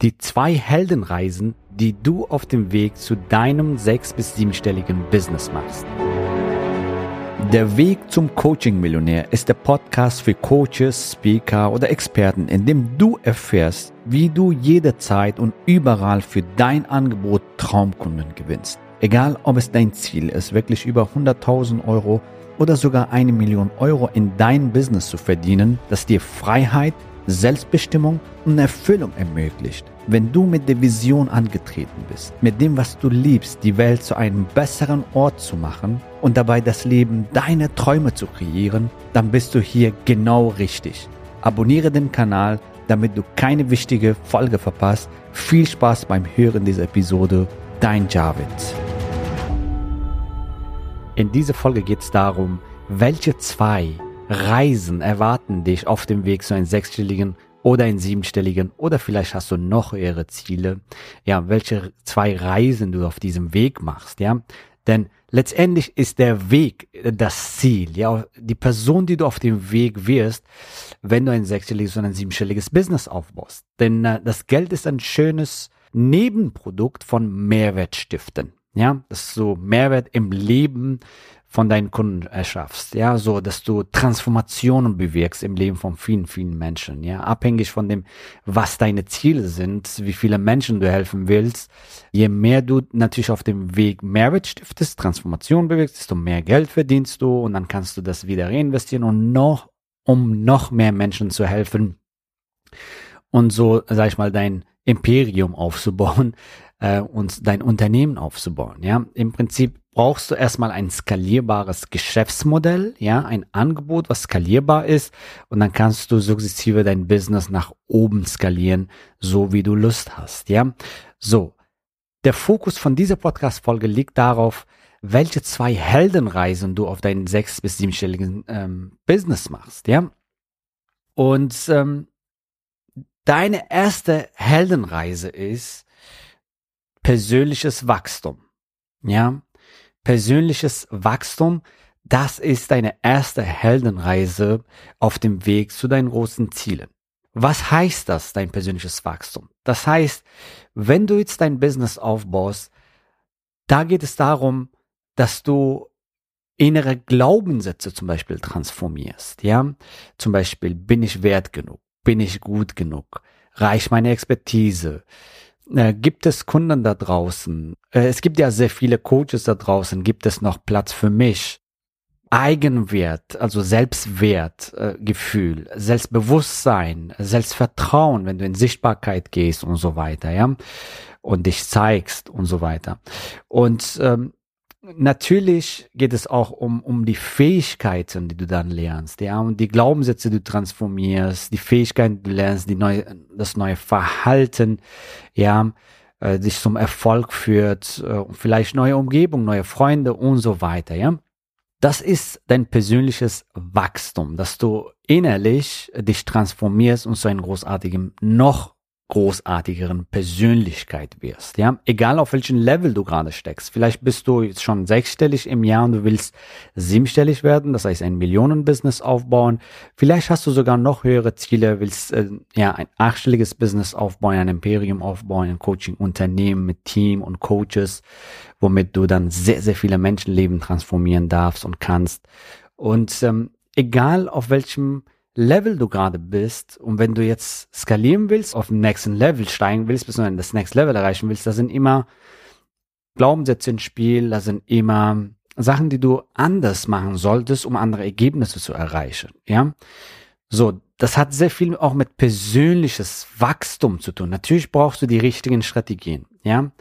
Die 2 Heldenreisen, die du auf dem Weg zu deinem 6- bis 7-stelligen Business machst. Der Weg zum Coaching-Millionär ist der Podcast für Coaches, Speaker oder Experten, in dem du erfährst, wie du jederzeit und überall für dein Angebot Traumkunden gewinnst. Egal, ob es dein Ziel ist, wirklich über 100.000 Euro oder sogar 1 Million Euro in dein Business zu verdienen, das dir Freiheit, Selbstbestimmung und Erfüllung ermöglicht. Wenn du mit der Vision angetreten bist, mit dem, was du liebst, die Welt zu einem besseren Ort zu machen und dabei das Leben deiner Träume zu kreieren, dann bist du hier genau richtig. Abonniere den Kanal, damit du keine wichtige Folge verpasst. Viel Spaß beim Hören dieser Episode. Dein Javid. In dieser Folge geht es darum, welche 2 Reisen erwarten dich auf dem Weg zu einem 6-stelligen oder einem 7-stelligen oder vielleicht hast du noch höhere Ziele. Ja, welche 2 Reisen du auf diesem Weg machst, ja? Denn letztendlich ist der Weg das Ziel, ja? Die Person, die du auf dem Weg wirst, wenn du ein 6-stelliges oder ein 7-stelliges Business aufbaust. Denn das Geld ist ein schönes Nebenprodukt von Mehrwert stiften. Ja, dass du Mehrwert im Leben von deinen Kunden erschaffst, ja, so, dass du Transformationen bewirkst im Leben von vielen, vielen Menschen, ja, abhängig von dem, was deine Ziele sind, wie viele Menschen du helfen willst. Je mehr du natürlich auf dem Weg Mehrwert stiftest, Transformation bewirkst, desto mehr Geld verdienst du und dann kannst du das wieder reinvestieren und um noch mehr Menschen zu helfen und so, sag ich mal, dein Imperium aufzubauen und dein Unternehmen aufzubauen. Ja, im Prinzip brauchst du erstmal ein skalierbares Geschäftsmodell, ja, ein Angebot, was skalierbar ist, und dann kannst du sukzessive dein Business nach oben skalieren, so wie du Lust hast. Ja, so. Der Fokus von dieser Podcast-Folge liegt darauf, welche 2 Heldenreisen du auf deinen 6- bis 7-stelligen Business machst. Ja, und deine erste Heldenreise ist persönliches Wachstum. Ja, persönliches Wachstum, das ist deine erste Heldenreise auf dem Weg zu deinen großen Zielen. Was heißt das, dein persönliches Wachstum? Das heißt, wenn du jetzt dein Business aufbaust, da geht es darum, dass du innere Glaubenssätze zum Beispiel transformierst. Ja, zum Beispiel, bin ich wert genug? Bin ich gut genug? Reicht meine Expertise? Gibt es Kunden da draußen? Es gibt ja sehr viele Coaches da draußen. Gibt es noch Platz für mich? Eigenwert, also Selbstwertgefühl, Selbstbewusstsein, Selbstvertrauen, wenn du in Sichtbarkeit gehst und so weiter, ja, und dich zeigst und so weiter. Und natürlich geht es auch um die Fähigkeiten, die du dann lernst, ja, und die Glaubenssätze, die du transformierst, die Fähigkeiten, die du lernst, das neue Verhalten, ja, dich zum Erfolg führt, vielleicht neue Umgebung, neue Freunde und so weiter, ja. Das ist dein persönliches Wachstum, dass du innerlich dich transformierst und zu einem noch großartigeren Persönlichkeit wirst, ja, egal auf welchem Level du gerade steckst. Vielleicht bist du jetzt schon 6-stellig im Jahr und du willst 7-stellig werden, das heißt ein Millionen-Business aufbauen. Vielleicht hast du sogar noch höhere Ziele, willst ein 8-stelliges Business aufbauen, ein Imperium aufbauen, ein Coaching-Unternehmen mit Team und Coaches, womit du dann sehr, sehr viele Menschenleben transformieren darfst und kannst. Und egal auf welchem Level du gerade bist, und wenn du jetzt skalieren willst, auf den nächsten Level steigen willst, beziehungsweise das Next Level erreichen willst, da sind immer Glaubenssätze ins Spiel, da sind immer Sachen, die du anders machen solltest, um andere Ergebnisse zu erreichen, ja. So, das hat sehr viel auch mit persönliches Wachstum zu tun. Natürlich brauchst du die richtigen Strategien, ja.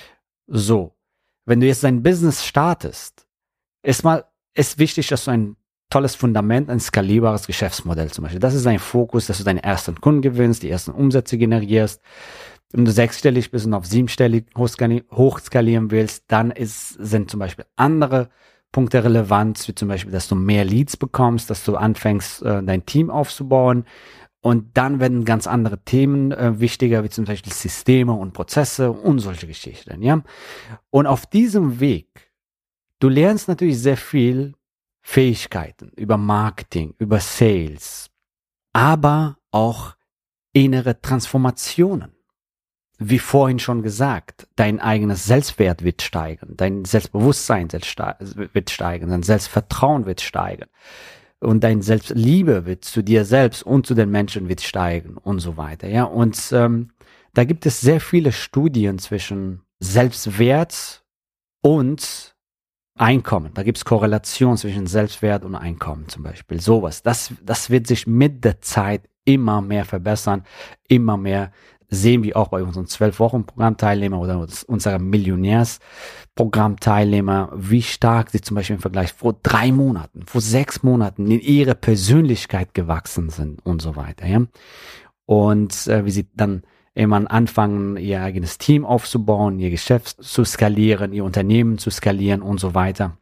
So, wenn du jetzt dein Business startest, erstmal ist wichtig, dass du ein tolles Fundament, ein skalierbares Geschäftsmodell zum Beispiel. Das ist dein Fokus, dass du deine ersten Kunden gewinnst, die ersten Umsätze generierst. Wenn du 6-stellig bist und auf 7-stellig hochskalieren willst, dann sind zum Beispiel andere Punkte relevant, wie zum Beispiel, dass du mehr Leads bekommst, dass du anfängst, dein Team aufzubauen. Und dann werden ganz andere Themen wichtiger, wie zum Beispiel Systeme und Prozesse und solche Geschichten, ja. Und auf diesem Weg, du lernst natürlich sehr viel Fähigkeiten über Marketing, über Sales, aber auch innere Transformationen. wie vorhin schon gesagt, dein eigenes Selbstwert wird steigen, dein Selbstbewusstsein wird steigen, dein Selbstvertrauen wird steigen und dein Selbstliebe wird zu dir selbst und zu den Menschen wird steigen und so weiter. Ja, und da gibt es sehr viele Studien zwischen Selbstwert und Einkommen. Da gibt es Korrelation zwischen Selbstwert und Einkommen zum Beispiel. Sowas. Das wird sich mit der Zeit immer mehr verbessern, immer mehr sehen wir auch bei unseren 12-Wochen-Programmteilnehmer oder unserer Millionärs-Programmteilnehmer, wie stark sie zum Beispiel im Vergleich vor 3 Monaten, vor 6 Monaten in ihre Persönlichkeit gewachsen sind und so weiter. Ja? Und wie sie dann immer anfangen, ihr eigenes Team aufzubauen, ihr Geschäft zu skalieren, ihr Unternehmen zu skalieren und so weiter.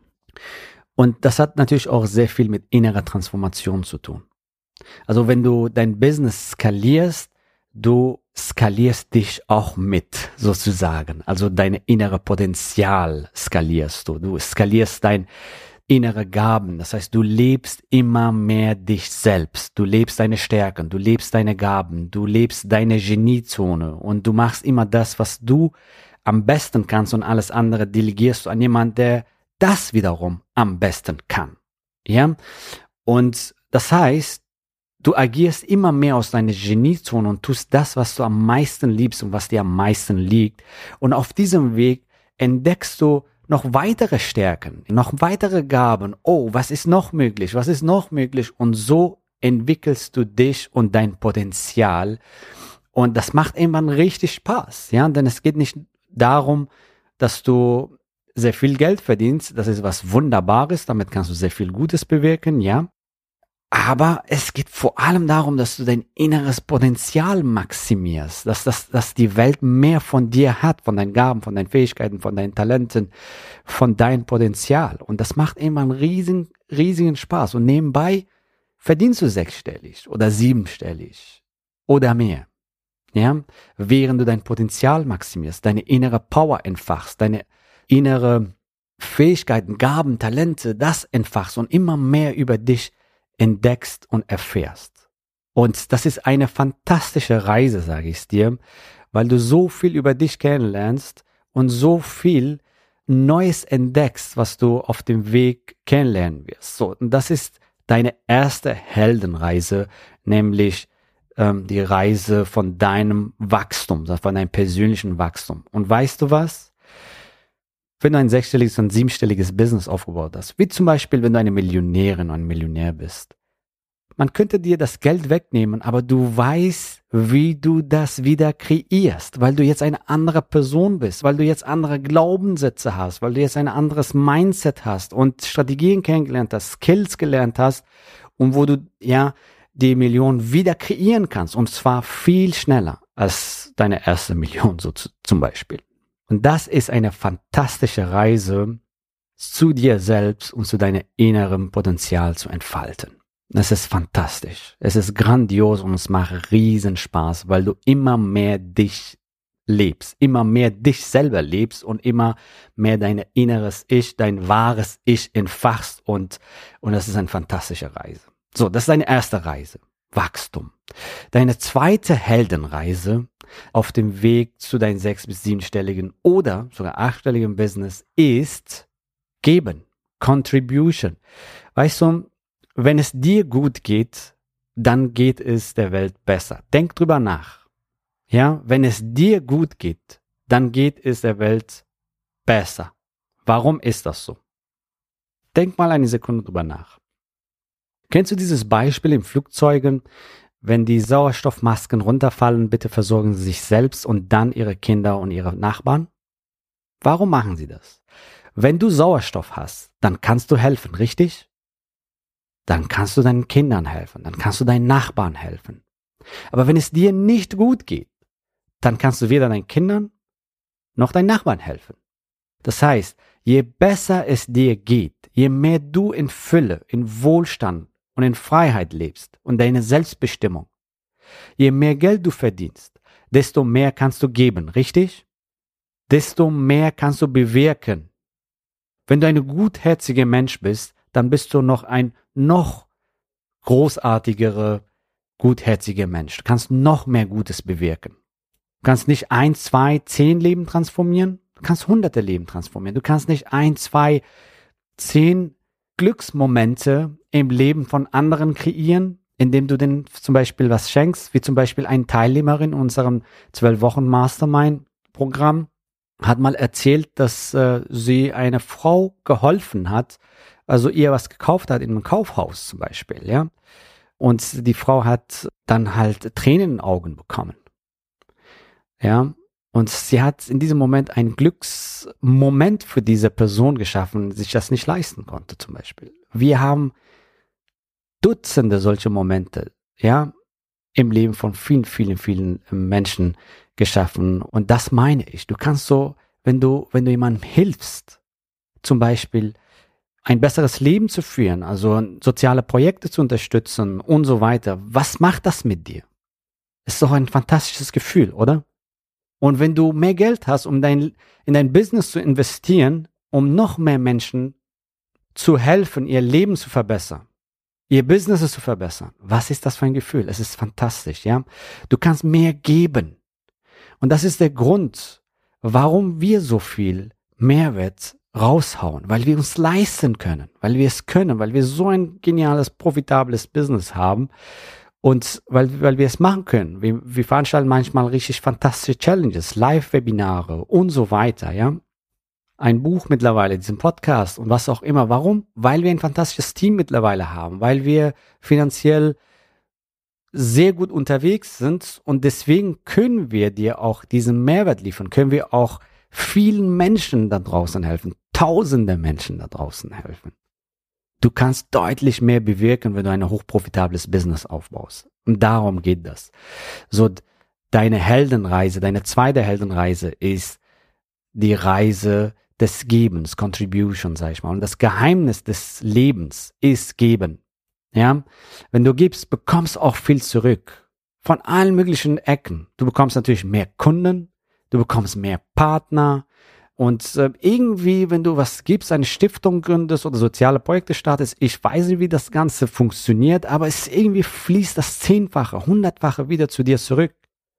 Und das hat natürlich auch sehr viel mit innerer Transformation zu tun. Also wenn du dein Business skalierst, du skalierst dich auch mit, sozusagen. Also deine innere Potenzial skalierst du. Du skalierst dein innere Gaben. Das heißt, du lebst immer mehr dich selbst. Du lebst deine Stärken, du lebst deine Gaben, du lebst deine Geniezone und du machst immer das, was du am besten kannst und alles andere delegierst du an jemanden, der das wiederum am besten kann. Ja? Und das heißt, du agierst immer mehr aus deiner Geniezone und tust das, was du am meisten liebst und was dir am meisten liegt. Und auf diesem Weg entdeckst du noch weitere Stärken, noch weitere Gaben. Oh, was ist noch möglich? Was ist noch möglich? Und so entwickelst du dich und dein Potenzial. Und das macht irgendwann richtig Spaß, ja, denn es geht nicht darum, dass du sehr viel Geld verdienst. Das ist was Wunderbares. Damit kannst du sehr viel Gutes bewirken, ja. Aber es geht vor allem darum, dass du dein inneres Potenzial maximierst, dass die Welt mehr von dir hat, von deinen Gaben, von deinen Fähigkeiten, von deinen Talenten, von deinem Potenzial. Und das macht immer einen riesigen Spaß. Und nebenbei verdienst du 6-stellig oder 7-stellig oder mehr. Ja, während du dein Potenzial maximierst, deine innere Power entfachst, deine innere Fähigkeiten, Gaben, Talente, das entfachst und immer mehr über dich entdeckst und erfährst. Und das ist eine fantastische Reise, sage ich dir, weil du so viel über dich kennenlernst und so viel Neues entdeckst, was du auf dem Weg kennenlernen wirst. So, und das ist deine erste Heldenreise, nämlich die Reise von deinem Wachstum, von deinem persönlichen Wachstum. Und weißt du was? Wenn du ein 6-stelliges und 7-stelliges Business aufgebaut hast, wie zum Beispiel, wenn du eine Millionärin oder ein Millionär bist, man könnte dir das Geld wegnehmen, aber du weißt, wie du das wieder kreierst, weil du jetzt eine andere Person bist, weil du jetzt andere Glaubenssätze hast, weil du jetzt ein anderes Mindset hast und Strategien kennengelernt hast, Skills gelernt hast und wo du ja die Million wieder kreieren kannst und zwar viel schneller als deine erste Million so zum Beispiel. Und das ist eine fantastische Reise zu dir selbst und zu deinem inneren Potenzial zu entfalten. Es ist fantastisch. Es ist grandios und es macht riesen Spaß, weil du immer mehr dich lebst, immer mehr dich selber lebst und immer mehr dein inneres Ich, dein wahres Ich entfachst und das ist eine fantastische Reise. So, das ist deine erste Reise. Wachstum. Deine zweite Heldenreise auf dem Weg zu deinem 6- bis 7-stelligen oder sogar 8-stelligen Business ist geben. Contribution. Weißt du, wenn es dir gut geht, dann geht es der Welt besser. Denk drüber nach. Ja, wenn es dir gut geht, dann geht es der Welt besser. Warum ist das so? Denk mal eine Sekunde drüber nach. Kennst du dieses Beispiel in Flugzeugen? Wenn die Sauerstoffmasken runterfallen, bitte versorgen Sie sich selbst und dann Ihre Kinder und Ihre Nachbarn? Warum machen Sie das? Wenn du Sauerstoff hast, dann kannst du helfen, richtig? Dann kannst du deinen Kindern helfen, dann kannst du deinen Nachbarn helfen. Aber wenn es dir nicht gut geht, dann kannst du weder deinen Kindern noch deinen Nachbarn helfen. Das heißt, je besser es dir geht, je mehr du in Fülle, in Wohlstand und in Freiheit lebst und deine Selbstbestimmung, je mehr Geld du verdienst, desto mehr kannst du geben, richtig? Desto mehr kannst du bewirken. Wenn du ein guthärtiger Mensch bist, dann bist du noch großartigerer, gutherziger Mensch. Du kannst noch mehr Gutes bewirken. Du kannst nicht 1, 2, 10 Leben transformieren. Du kannst hunderte Leben transformieren. Du kannst nicht 1, 2, 10 Glücksmomente im Leben von anderen kreieren, indem du denen zum Beispiel was schenkst, wie zum Beispiel eine Teilnehmerin in unserem 12-Wochen-Mastermind-Programm hat mal erzählt, dass sie eine Frau geholfen hat, also ihr was gekauft hat in einem Kaufhaus zum Beispiel, ja. Und die Frau hat dann halt Tränen in den Augen bekommen. Ja, und sie hat in diesem Moment einen Glücksmoment für diese Person geschaffen, sich das nicht leisten konnte zum Beispiel. Wir haben Dutzende solche Momente, ja, im Leben von vielen, vielen, vielen Menschen geschaffen. Und das meine ich. Du kannst so, wenn du jemandem hilfst, zum Beispiel ein besseres Leben zu führen, also soziale Projekte zu unterstützen und so weiter, was macht das mit dir? Ist doch ein fantastisches Gefühl, oder? Und wenn du mehr Geld hast, um in dein Business zu investieren, um noch mehr Menschen zu helfen, ihr Leben zu verbessern, ihr Business zu verbessern, was ist das für ein Gefühl? Es ist fantastisch, ja? Du kannst mehr geben. Und das ist der Grund, warum wir so viel Mehrwert raushauen, weil wir uns leisten können, weil wir es können, weil wir so ein geniales, profitables Business haben. Und weil wir es machen können. Wir veranstalten manchmal richtig fantastische Challenges, Live-Webinare und so weiter, ja. Ein Buch mittlerweile, diesen Podcast und was auch immer. Warum? Weil wir ein fantastisches Team mittlerweile haben, weil wir finanziell sehr gut unterwegs sind und deswegen können wir dir auch diesen Mehrwert liefern, können wir auch vielen Menschen da draußen helfen, tausende Menschen da draußen helfen. Du kannst deutlich mehr bewirken, wenn du ein hochprofitables Business aufbaust. Und darum geht das. So, deine Heldenreise, deine zweite Heldenreise ist die Reise des Gebens, Contribution, sag ich mal. Und das Geheimnis des Lebens ist Geben. Ja? Wenn du gibst, bekommst du auch viel zurück. Von allen möglichen Ecken. Du bekommst natürlich mehr Kunden, du bekommst mehr Partner. Und irgendwie, wenn du was gibst, eine Stiftung gründest oder soziale Projekte startest, ich weiß nicht, wie das Ganze funktioniert, aber es irgendwie fließt das 10-fache, 100-fache wieder zu dir zurück.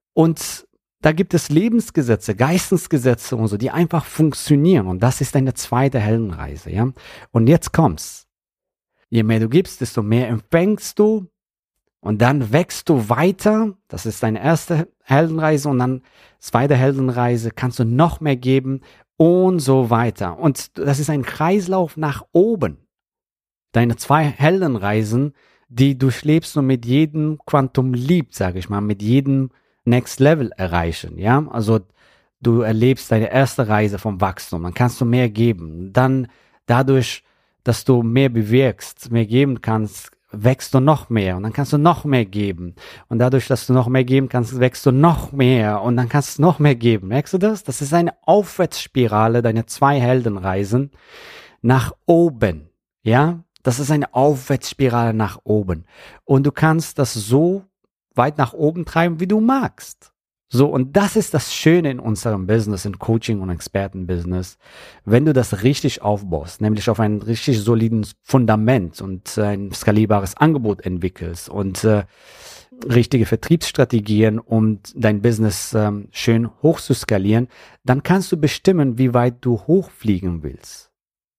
Und da gibt es Lebensgesetze, Geistesgesetze und so, die einfach funktionieren. Und das ist deine zweite Heldenreise, ja. Und jetzt kommt's. Je mehr du gibst, desto mehr empfängst du. Und dann wächst du weiter. Das ist deine erste Heldenreise. Und dann zweite Heldenreise kannst du noch mehr geben. Und so weiter. Und das ist ein Kreislauf nach oben. Deine 2 Heldenreisen, die durchlebst du mit jedem Quantum Leap, sage ich mal, mit jedem Next Level erreichen. Ja, also du erlebst deine erste Reise vom Wachstum. Dann kannst du mehr geben. Dann dadurch, dass du mehr bewirkst, mehr geben kannst, wächst du noch mehr und dann kannst du noch mehr geben. Und dadurch, dass du noch mehr geben kannst, wächst du noch mehr und dann kannst du noch mehr geben. Merkst du das? Das ist eine Aufwärtsspirale, deine 2 Heldenreisen nach oben. Ja? Das ist eine Aufwärtsspirale nach oben. Und du kannst das so weit nach oben treiben, wie du magst. So, und das ist das Schöne in unserem Business, in Coaching und Expertenbusiness, wenn du das richtig aufbaust, nämlich auf ein richtig soliden Fundament und ein skalierbares Angebot entwickelst und richtige Vertriebsstrategien, um dein Business schön hoch zu skalieren, dann kannst du bestimmen, wie weit du hochfliegen willst.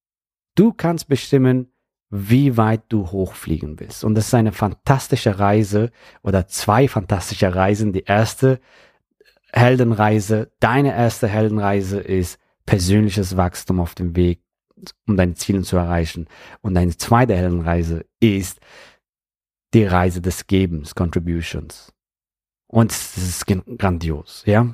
Du kannst bestimmen, wie weit du hochfliegen willst. Und das ist eine fantastische Reise oder 2 fantastische Reisen. Die erste Heldenreise, deine erste Heldenreise ist persönliches Wachstum auf dem Weg, um deine Ziele zu erreichen. Und deine zweite Heldenreise ist die Reise des Gebens, Contributions. Und das ist grandios, ja.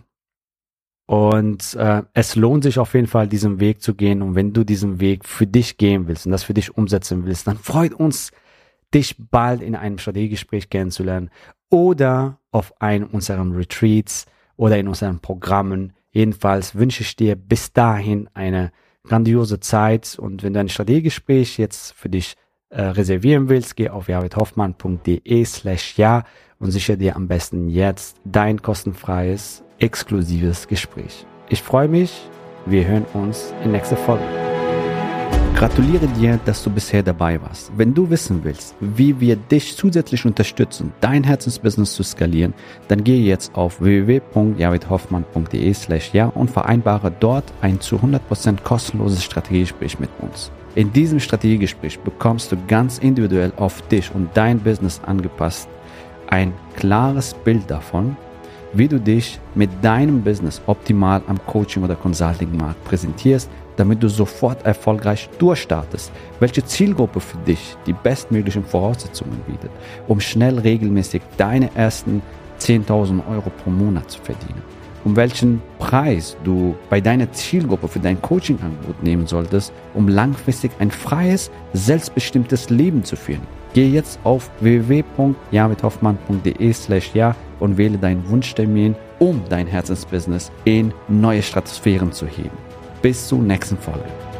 Und es lohnt sich auf jeden Fall, diesen Weg zu gehen. Und wenn du diesen Weg für dich gehen willst und das für dich umsetzen willst, dann freut uns, dich bald in einem Strategiegespräch kennenzulernen oder auf einem unserer Retreats oder in unseren Programmen. Jedenfalls wünsche ich dir bis dahin eine grandiose Zeit. Und wenn du ein Strategiegespräch jetzt für dich reservieren willst, geh auf javidhoffmann.de/ja und sichere dir am besten jetzt dein kostenfreies, exklusives Gespräch. Ich freue mich. Wir hören uns in nächster Folge. Gratuliere dir, dass du bisher dabei warst. Wenn du wissen willst, wie wir dich zusätzlich unterstützen, dein Herzensbusiness zu skalieren, dann gehe jetzt auf www.javidhoffmann.de/ja und vereinbare dort ein zu 100% kostenloses Strategiegespräch mit uns. In diesem Strategiegespräch bekommst du ganz individuell auf dich und dein Business angepasst ein klares Bild davon, wie du dich mit deinem Business optimal am Coaching- oder Consulting-Markt präsentierst, damit du sofort erfolgreich durchstartest, welche Zielgruppe für dich die bestmöglichen Voraussetzungen bietet, um schnell regelmäßig deine ersten 10.000 Euro pro Monat zu verdienen, um welchen Preis du bei deiner Zielgruppe für dein Coaching-Angebot nehmen solltest, um langfristig ein freies, selbstbestimmtes Leben zu führen. Gehe jetzt auf www.javidhoffmann.de/ja und wähle deinen Wunschtermin, um dein Herzensbusiness in neue Stratosphären zu heben. Bis zur nächsten Folge.